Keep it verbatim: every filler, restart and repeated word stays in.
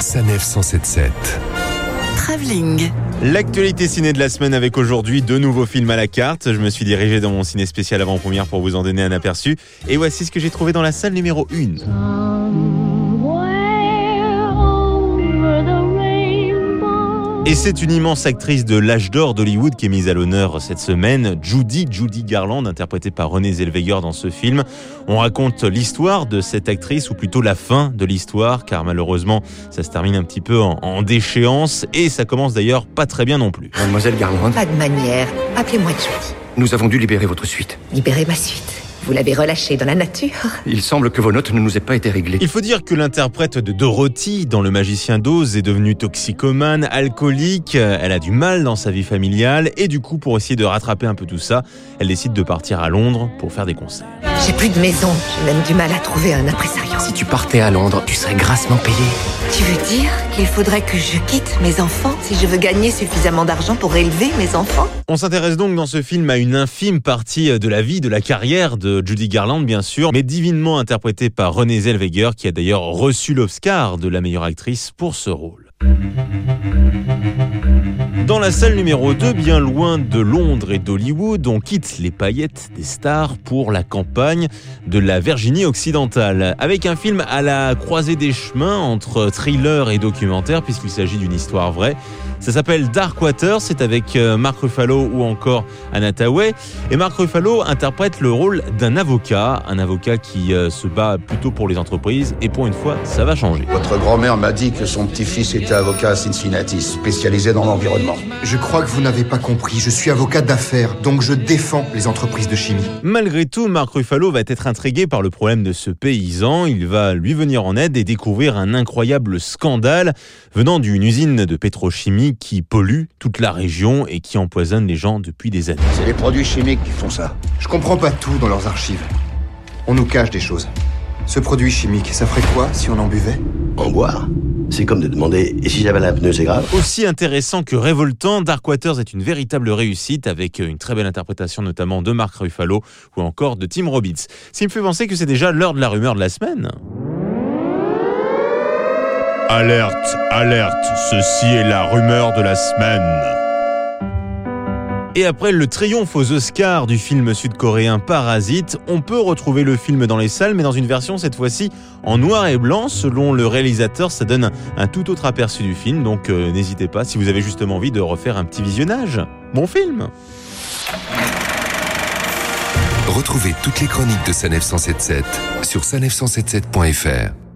Sanef cent sept virgule sept. Travelling. L'actualité ciné de la semaine avec aujourd'hui deux nouveaux films à la carte. Je me suis dirigé dans mon ciné spécial avant-première pour vous en donner un aperçu. Et voici ce que j'ai trouvé dans la salle numéro un. Et c'est une immense actrice de l'âge d'or d'Hollywood qui est mise à l'honneur cette semaine, Judy, Judy Garland, interprétée par Renée Zellweger dans ce film. On raconte l'histoire de cette actrice, ou plutôt la fin de l'histoire, car malheureusement, ça se termine un petit peu en, en déchéance, et ça commence d'ailleurs pas très bien non plus. Mademoiselle Garland, Pas de manière. Appelez-moi Judy. nous avons dû libérer votre suite. Libérez ma suite. Vous l'avez relâchée dans la nature. Il semble que vos notes ne nous aient pas été réglées. Il faut dire que l'interprète de Dorothy dans Le Magicien d'Oz est devenue toxicomane, alcoolique, elle a du mal dans sa vie familiale, et du coup, pour essayer de rattraper un peu tout ça, elle décide de partir à Londres pour faire des concerts. J'ai plus de maison. J'ai même du mal à trouver un impresario. Si tu partais à Londres, tu serais grassement payé. Tu veux dire qu'il faudrait que je quitte mes enfants si je veux gagner suffisamment d'argent pour élever mes enfants? On s'intéresse donc dans ce film à une infime partie de la vie, de la carrière de Judy Garland, bien sûr, mais divinement interprétée par Renée Zellweger, qui a d'ailleurs reçu l'Oscar de la meilleure actrice pour ce rôle. Dans la salle numéro deux, bien loin de Londres et d'Hollywood, on quitte les paillettes des stars pour la campagne de la Virginie occidentale, avec un film à la croisée des chemins entre thriller et documentaire, puisqu'il s'agit d'une histoire vraie. Ça s'appelle Darkwater, c'est avec Mark Ruffalo ou encore Anne Hathaway. Et Mark Ruffalo interprète le rôle d'un avocat, un avocat qui euh, se bat plutôt pour les entreprises, et pour une fois, ça va changer. Votre grand-mère m'a dit que son petit-fils était avocat à Cincinnati, spécialisé dans l'environnement. Je crois que vous n'avez pas compris. Je suis avocat d'affaires, donc je défends les entreprises de chimie. Malgré tout, Mark Ruffalo va être intrigué par le problème de ce paysan. Il va lui venir en aide et découvrir un incroyable scandale venant d'une usine de pétrochimie qui pollue toute la région et qui empoisonne les gens depuis des années. C'est les produits chimiques qui font ça. Je comprends pas tout dans leurs archives. On nous cache des choses. Ce produit chimique, ça ferait quoi si on en buvait? En boire? C'est comme de demander « et si j'avale un pneu, c'est grave ?» Aussi intéressant que révoltant, Darkwater est une véritable réussite avec une très belle interprétation notamment de Mark Ruffalo ou encore de Tim Robbins. Ce qui me fait penser que c'est déjà l'heure de la rumeur de la semaine. Alerte, alerte, ceci est la rumeur de la semaine. Et après le triomphe aux Oscars du film sud-coréen Parasite, on peut retrouver le film dans les salles, mais dans une version cette fois-ci en noir et blanc. Selon le réalisateur, ça donne un, un tout autre aperçu du film, donc euh, n'hésitez pas si vous avez justement envie de refaire un petit visionnage. Bon film! Retrouvez toutes les chroniques de Sanef cent sept virgule sept sur sanef cent soixante-dix-sept point f r.